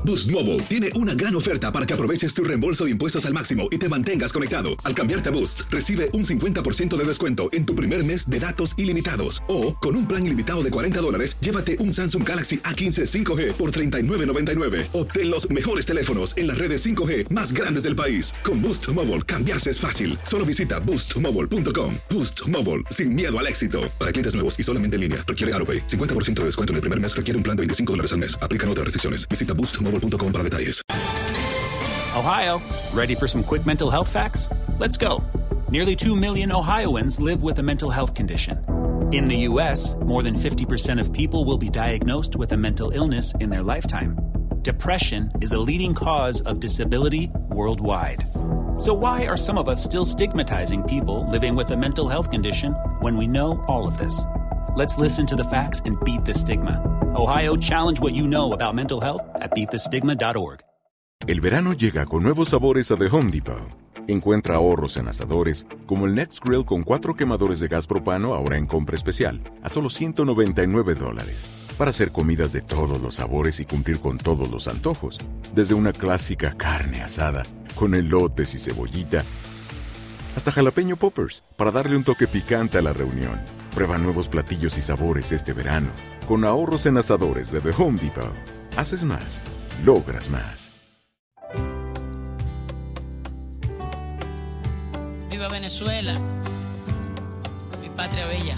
Boost Mobile tiene una gran oferta para que aproveches tu reembolso de impuestos al máximo y te mantengas conectado. Al cambiarte a Boost, recibe un 50% de descuento en tu primer mes de datos ilimitados. O, con un plan ilimitado de $40, llévate un Samsung Galaxy A15 5G por $39.99. Obtén los mejores teléfonos en las redes 5G más grandes del país. Con Boost Mobile, cambiarse es fácil. Solo visita boostmobile.com. Boost Mobile, sin miedo al éxito. Para clientes nuevos y solamente en línea, requiere AroPay. 50% de descuento en el primer mes requiere un plan de $25 al mes. Aplican otras restricciones. Visita boostmobile.com para detalles. Ohio, ready for some quick mental health facts? Let's go. Nearly 2 million Ohioans live with a mental health condition. In the U.S., more than 50% of people will be diagnosed with a mental illness in their lifetime. Depression is a leading cause of disability worldwide. So why are some of us still stigmatizing people living with a mental health condition when we know all of this? Let's listen to the facts and beat the stigma. Ohio, challenge what you know about mental health at beatthestigma.org. El verano llega con nuevos sabores a The Home Depot. Encuentra ahorros en asadores, como el Next Grill con 4 quemadores de gas propano ahora en compra especial, a solo $199. Para hacer comidas de todos los sabores y cumplir con todos los antojos. Desde una clásica carne asada, con elotes y cebollita, hasta jalapeño poppers, para darle un toque picante a la reunión. Prueba nuevos platillos y sabores este verano, con ahorros en asadores de The Home Depot. Haces más, logras más. Viva Venezuela, mi patria bella.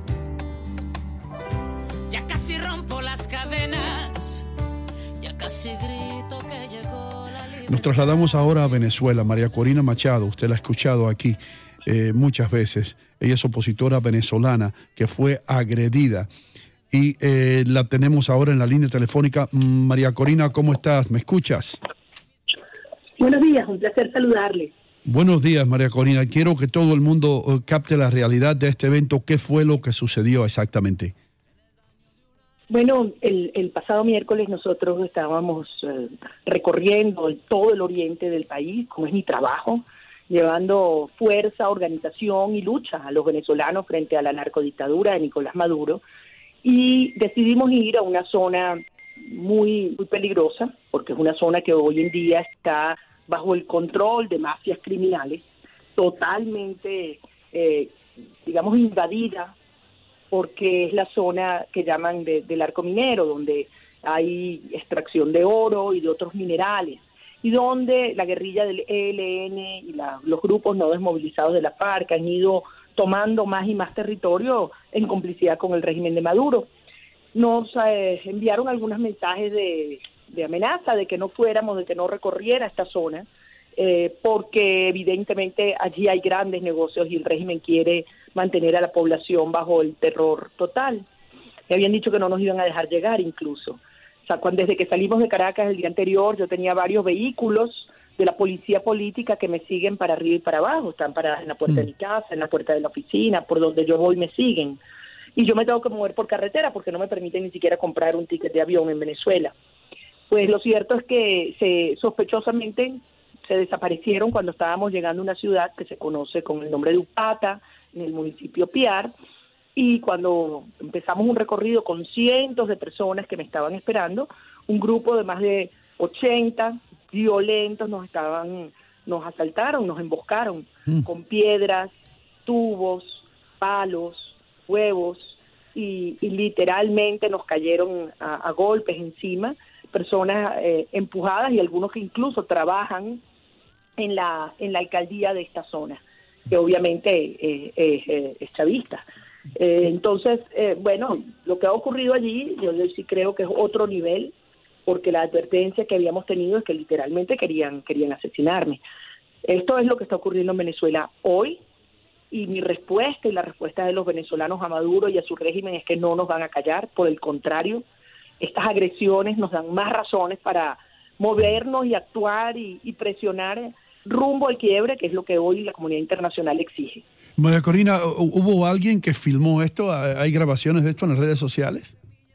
Ya casi rompo las cadenas, ya casi grito que llegó la libertad. Nos trasladamos ahora a Venezuela. María Corina Machado, usted la ha escuchado aquí muchas veces. Ella es opositora venezolana que fue agredida y la tenemos ahora en la línea telefónica. María Corina, ¿cómo estás? ¿Me escuchas? Buenos días, un placer saludarle. Buenos días, María Corina. Quiero que todo el mundo capte la realidad de este evento. ¿Qué fue lo que sucedió exactamente? Bueno, el pasado miércoles nosotros estábamos recorriendo todo el oriente del país, como es mi trabajo, llevando fuerza, organización y lucha a los venezolanos frente a la narcodictadura de Nicolás Maduro, y decidimos ir a una zona muy peligrosa, porque es una zona que hoy en día está bajo el control de mafias criminales, totalmente, digamos, invadida, porque es la zona que llaman del arco minero, donde hay extracción de oro y de otros minerales, y donde la guerrilla del ELN y los grupos no desmovilizados de la FARC han ido tomando más y más territorio en complicidad con el régimen de Maduro. Nos enviaron algunos mensajes de amenaza, de que no fuéramos, de que no recorriera esta zona, porque evidentemente allí hay grandes negocios y el régimen quiere mantener a la población bajo el terror total. Me habían dicho que no nos iban a dejar llegar incluso. O sea, desde que salimos de Caracas el día anterior, yo tenía varios vehículos de la policía política que me siguen para arriba y para abajo, están paradas en la puerta de mi casa, en la puerta de la oficina, por donde yo voy me siguen. Y yo me tengo que mover por carretera porque no me permiten ni siquiera comprar un ticket de avión en Venezuela. Pues lo cierto es que sospechosamente se desaparecieron cuando estábamos llegando a una ciudad que se conoce con el nombre de Upata, en el municipio Piar, y cuando empezamos un recorrido con cientos de personas que me estaban esperando, un grupo de más de 80 violentos nos asaltaron, nos emboscaron con piedras, tubos, palos, huevos, y literalmente nos cayeron a golpes encima, personas empujadas y algunos que incluso trabajan en la alcaldía de esta zona, que obviamente es chavista. Entonces, bueno, lo que ha ocurrido allí, yo sí creo que es otro nivel, porque la advertencia que habíamos tenido es que literalmente querían asesinarme. Esto es lo que está ocurriendo en Venezuela hoy, y mi respuesta y la respuesta de los venezolanos a Maduro y a su régimen es que no nos van a callar, por el contrario, estas agresiones nos dan más razones para movernos y actuar y presionar rumbo al quiebre, que es lo que hoy la comunidad internacional exige. María Corina, ¿hubo alguien que filmó esto? ¿Hay grabaciones de esto en las redes sociales?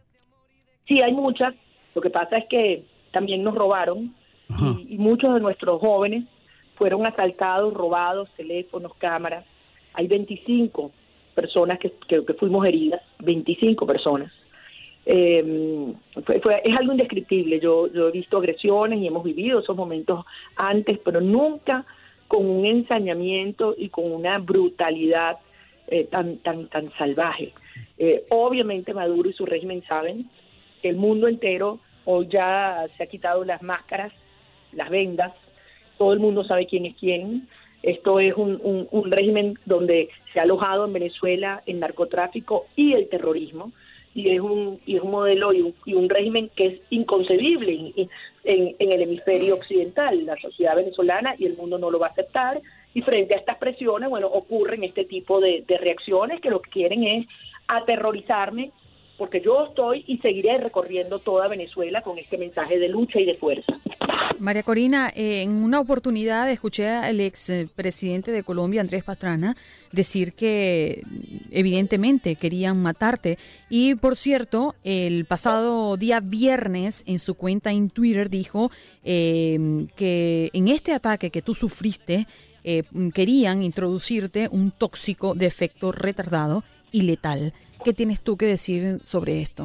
Sí, hay muchas. Lo que pasa es que también nos robaron y muchos de nuestros jóvenes fueron asaltados, robados, teléfonos, cámaras. Hay 25 personas que fuimos heridas, 25 personas. Es algo indescriptible. Yo he visto agresiones y hemos vivido esos momentos antes, pero nunca con un ensañamiento y con una brutalidad tan salvaje. Obviamente Maduro y su régimen saben que el mundo entero hoy ya se ha quitado las máscaras, las vendas, todo el mundo sabe quién es quién. Esto es un régimen donde se ha alojado en Venezuela el narcotráfico y el terrorismo, y es un modelo y un régimen que es inconcebible en el hemisferio occidental. La sociedad venezolana y el mundo no lo va a aceptar, y frente a estas presiones, bueno, ocurren este tipo de reacciones que lo que quieren es aterrorizarme, porque yo estoy y seguiré recorriendo toda Venezuela con este mensaje de lucha y de fuerza. María Corina, en una oportunidad escuché al expresidente de Colombia, Andrés Pastrana, decir que evidentemente querían matarte. Y por cierto, el pasado día viernes en su cuenta en Twitter dijo que en este ataque que tú sufriste querían introducirte un tóxico de efecto retardado y letal. ¿Qué tienes tú que decir sobre esto?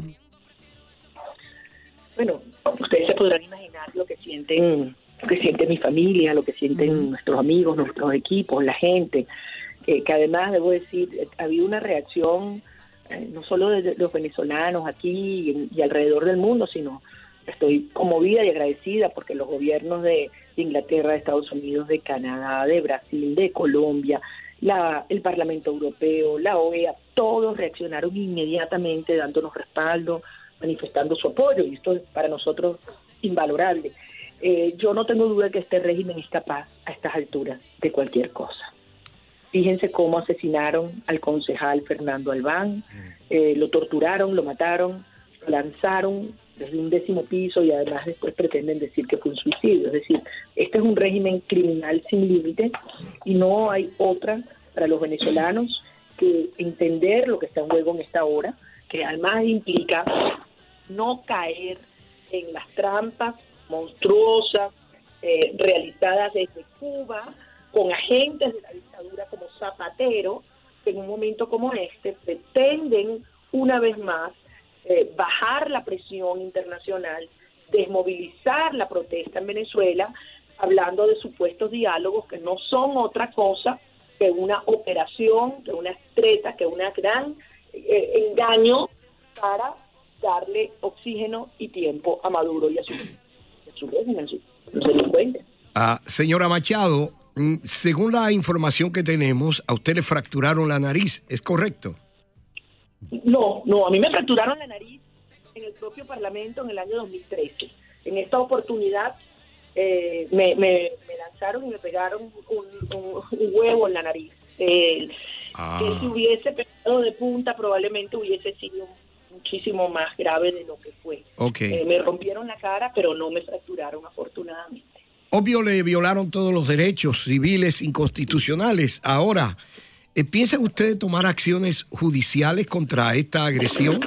Bueno, ustedes se podrán imaginar lo que siente mi familia, lo que sienten nuestros amigos, nuestros equipos, la gente, que además, debo decir, ha habido una reacción no solo de los venezolanos aquí y alrededor del mundo, sino estoy conmovida y agradecida porque los gobiernos de Inglaterra, de Estados Unidos, de Canadá, de Brasil, de Colombia, el Parlamento Europeo, la OEA, todos reaccionaron inmediatamente dándonos respaldo, manifestando su apoyo, y esto es para nosotros invalorable. Yo no tengo duda que este régimen es capaz a estas alturas de cualquier cosa. Fíjense cómo asesinaron al concejal Fernando Albán, lo torturaron, lo mataron, lo lanzaron desde un 10º piso y además después pretenden decir que fue un suicidio. Es decir, este es un régimen criminal sin límite y no hay otra para los venezolanos que entender lo que está en juego en esta hora, que además implica no caer en las trampas monstruosas realizadas desde Cuba con agentes de la dictadura como Zapatero, que en un momento como este pretenden una vez más bajar la presión internacional, desmovilizar la protesta en Venezuela, hablando de supuestos diálogos que no son otra cosa que una operación, que una treta, que una gran engaño para darle oxígeno y tiempo a Maduro y a su régimen, a sus delincuentes. Señora Machado, según la información que tenemos, a usted le fracturaron la nariz, ¿es correcto? No, a mí me fracturaron la nariz en el propio Parlamento en el año 2013. En esta oportunidad me lanzaron y me pegaron un huevo en la nariz. Que si hubiese pegado de punta probablemente hubiese sido muchísimo más grave de lo que fue. Okay. Me rompieron la cara, pero no me fracturaron, afortunadamente. Obvio, le violaron todos los derechos civiles inconstitucionales. Ahora, ¿piensan ustedes tomar acciones judiciales contra esta agresión?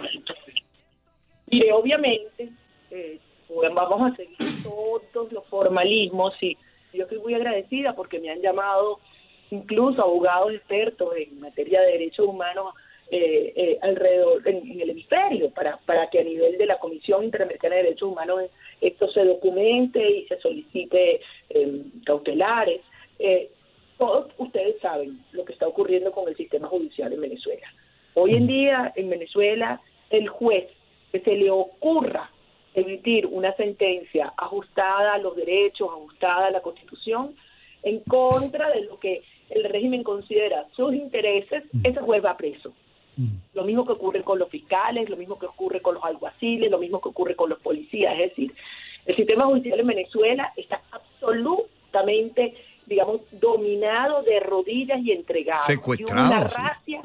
Mire, obviamente, vamos a seguir todos los formalismos y yo estoy muy agradecida porque me han llamado incluso abogados expertos en materia de derechos humanos alrededor en el hemisferio para que a nivel de la Comisión Interamericana de Derechos Humanos esto se documente y se solicite cautelares. Todos ustedes saben lo que está ocurriendo con el sistema judicial en Venezuela. Hoy en día en Venezuela el juez que se le ocurra emitir una sentencia ajustada a los derechos, ajustada a la Constitución, en contra de lo que el régimen considera sus intereses, ese juez va preso. Lo mismo que ocurre con los fiscales, lo mismo que ocurre con los alguaciles, lo mismo que ocurre con los policías. Es decir, el sistema judicial en Venezuela está absolutamente, digamos, dominado de rodillas y entregado. Secuestrado. Y una racia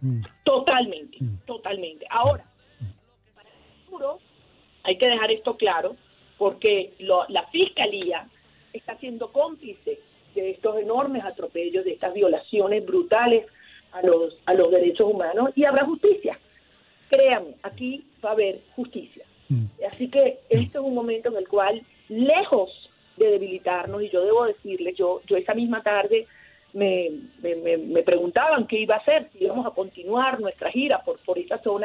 totalmente. Ahora, para el futuro hay que dejar esto claro, porque la Fiscalía está siendo cómplice de estos enormes atropellos, de estas violaciones brutales a los derechos humanos, y habrá justicia. Créanme, aquí va a haber justicia. Así que este es un momento en el cual, lejos de debilitarnos, y yo debo decirles, yo esa misma tarde me preguntaban qué iba a hacer, si íbamos a continuar nuestra gira por esa zona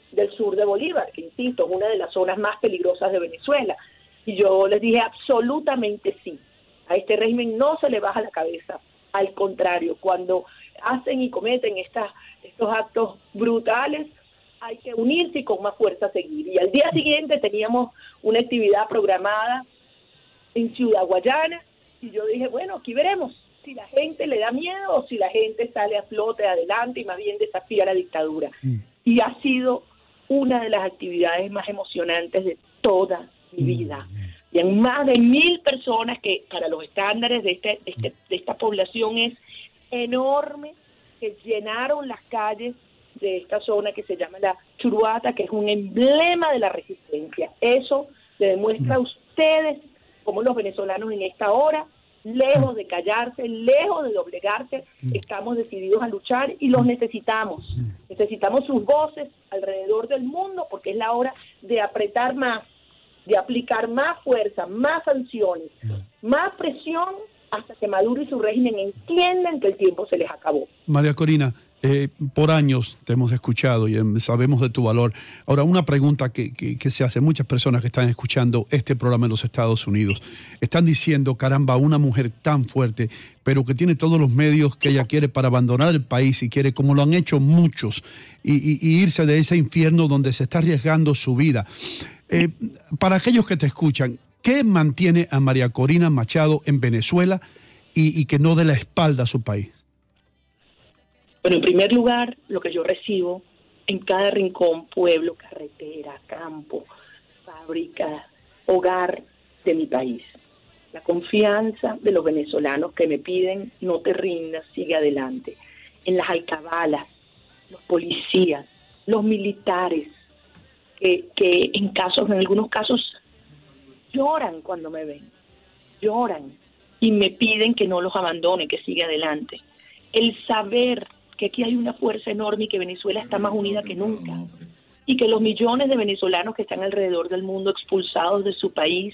del sur de Bolívar, que insisto, es una de las zonas más peligrosas de Venezuela. Y yo les dije absolutamente sí. A este régimen no se le baja la cabeza. Al contrario, cuando hacen y cometen estos actos brutales, hay que unirse y con más fuerza seguir. Y al día siguiente teníamos una actividad programada en Ciudad Guayana, y yo dije, bueno, aquí veremos si la gente le da miedo o si la gente sale a flote adelante y más bien desafía la dictadura. Y ha sido una de las actividades más emocionantes de toda mi vida. Y en más de 1,000 personas, que para los estándares de esta población es enorme, que llenaron las calles de esta zona que se llama la Churuata, que es un emblema de la resistencia. Eso le demuestra a ustedes cómo los venezolanos en esta hora, lejos de callarse, lejos de doblegarse, estamos decididos a luchar y los necesitamos. Necesitamos sus voces alrededor del mundo, porque es la hora de apretar más, de aplicar más fuerza, más sanciones, más presión, hasta que Maduro y su régimen entiendan que el tiempo se les acabó. María Corina, por años te hemos escuchado y sabemos de tu valor. Ahora, una pregunta que se hace muchas personas que están escuchando este programa en los Estados Unidos. Están diciendo, caramba, una mujer tan fuerte, pero que tiene todos los medios que ella quiere para abandonar el país y quiere, como lo han hecho muchos, y irse de ese infierno donde se está arriesgando su vida. Para aquellos que te escuchan, ¿qué mantiene a María Corina Machado en Venezuela y que no dé la espalda a su país? Bueno, en primer lugar, lo que yo recibo en cada rincón, pueblo, carretera, campo, fábrica, hogar de mi país. La confianza de los venezolanos que me piden, no te rindas, sigue adelante. En las alcabalas, los policías, los militares, que en algunos casos lloran cuando me ven, lloran y me piden que no los abandone, que siga adelante. El saber que aquí hay una fuerza enorme y que Venezuela está más unida que nunca, y que los millones de venezolanos que están alrededor del mundo expulsados de su país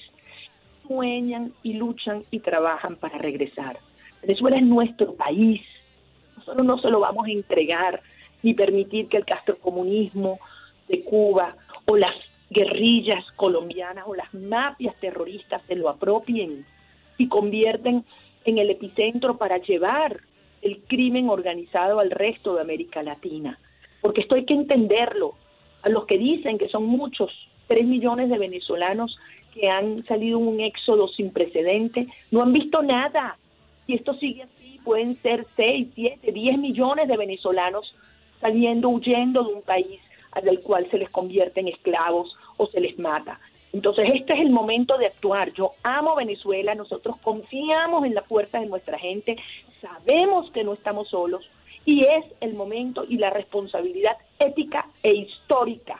sueñan y luchan y trabajan para regresar. Venezuela es nuestro país. Nosotros no se lo vamos a entregar ni permitir que el castrocomunismo de Cuba o las guerrillas colombianas o las mafias terroristas se lo apropien y convierten en el epicentro para llevar el crimen organizado al resto de América Latina. Porque esto hay que entenderlo. A los que dicen que son muchos, 3 millones de venezolanos que han salido en un éxodo sin precedente, no han visto nada. Si esto sigue así, pueden ser 6, 7, 10 millones de venezolanos saliendo, huyendo de un país al cual se les convierte en esclavos o se les mata. Entonces este es el momento de actuar. Yo amo Venezuela, nosotros confiamos en la fuerza de nuestra gente, sabemos que no estamos solos y es el momento y la responsabilidad ética e histórica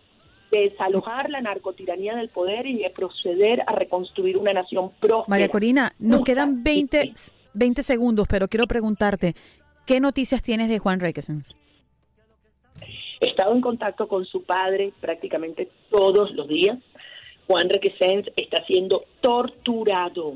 de desalojar la narcotiranía del poder y de proceder a reconstruir una nación próspera. María Corina, nos quedan 20 segundos, pero quiero preguntarte, ¿qué noticias tienes de Juan Requesens? He estado en contacto con su padre prácticamente todos los días. Juan Requesens está siendo torturado,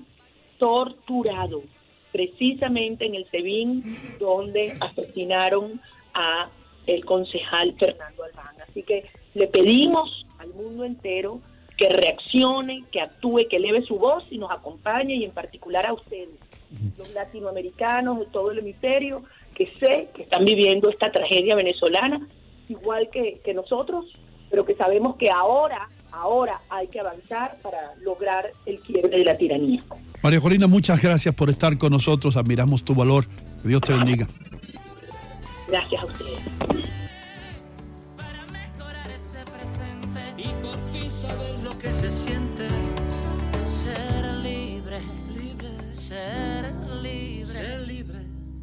precisamente en el SEBIN, donde asesinaron a el concejal Fernando Albán. Así que le pedimos al mundo entero que reaccione, que actúe, que eleve su voz y nos acompañe, y en particular a ustedes, los latinoamericanos de todo el hemisferio, que sé que están viviendo esta tragedia venezolana, igual que nosotros, pero que sabemos que ahora hay que avanzar para lograr el quiebre de la tiranía. María Corina, muchas gracias por estar con nosotros, admiramos tu valor, que Dios te bendiga. Gracias a ustedes. Para mejorar este presente y por fin saber lo que se siente, ser libre, ser libre.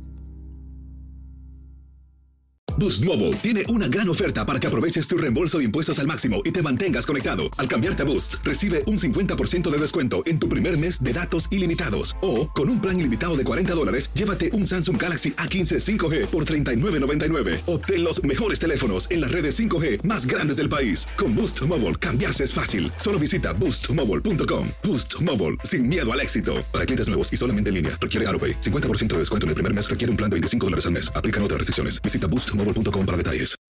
Boost Mobile tiene una gran oferta para que aproveches tu reembolso de impuestos al máximo y te mantengas conectado. Al cambiarte a Boost, recibe un 50% de descuento en tu primer mes de datos ilimitados. O, con un plan ilimitado de $40, llévate un Samsung Galaxy A15 5G por $39.99. Obtén los mejores teléfonos en las redes 5G más grandes del país. Con Boost Mobile, cambiarse es fácil. Solo visita boostmobile.com. Boost Mobile, sin miedo al éxito. Para clientes nuevos y solamente en línea, requiere AutoPay. 50% de descuento en el primer mes, requiere un plan de $25 al mes. Aplican otras restricciones. Visita boostmobile.com para detalles.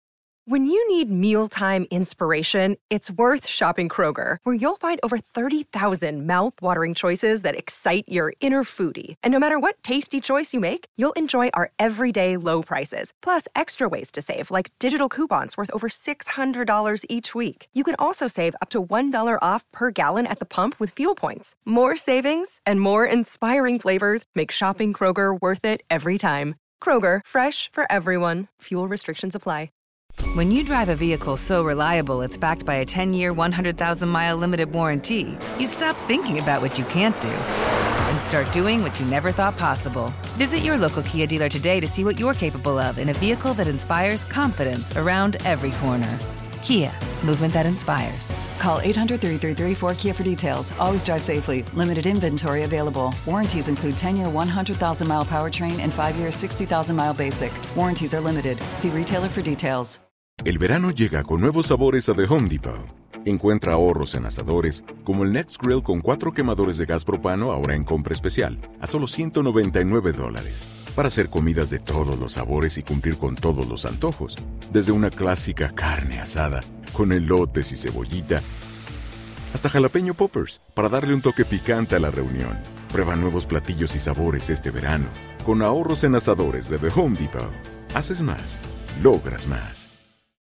When you need mealtime inspiration, it's worth shopping Kroger, where you'll find over 30,000 mouth-watering choices that excite your inner foodie. And no matter what tasty choice you make, you'll enjoy our everyday low prices, plus extra ways to save, like digital coupons worth over $600 each week. You can also save up to $1 off per gallon at the pump with fuel points. More savings and more inspiring flavors make shopping Kroger worth it every time. Kroger, fresh for everyone. Fuel restrictions apply. When you drive a vehicle so reliable it's backed by a 10-year, 100,000-mile limited warranty, you stop thinking about what you can't do and start doing what you never thought possible. Visit your local Kia dealer today to see what you're capable of in a vehicle that inspires confidence around every corner. Kia, movement that inspires. Call 800-333-4KIA for details. Always drive safely. Limited inventory available. Warranties include 10-year 100,000-mile powertrain and 5-year 60,000-mile basic. Warranties are limited. See retailer for details. El verano llega con nuevos sabores a The Home Depot. Encuentra ahorros en asadores, como el Next Grill con 4 quemadores de gas propano ahora en compra especial, a solo $199. Para hacer comidas de todos los sabores y cumplir con todos los antojos. Desde una clásica carne asada, con elotes y cebollita, hasta jalapeño poppers, para darle un toque picante a la reunión. Prueba nuevos platillos y sabores este verano, con ahorros en asadores de The Home Depot. Haces más, logras más.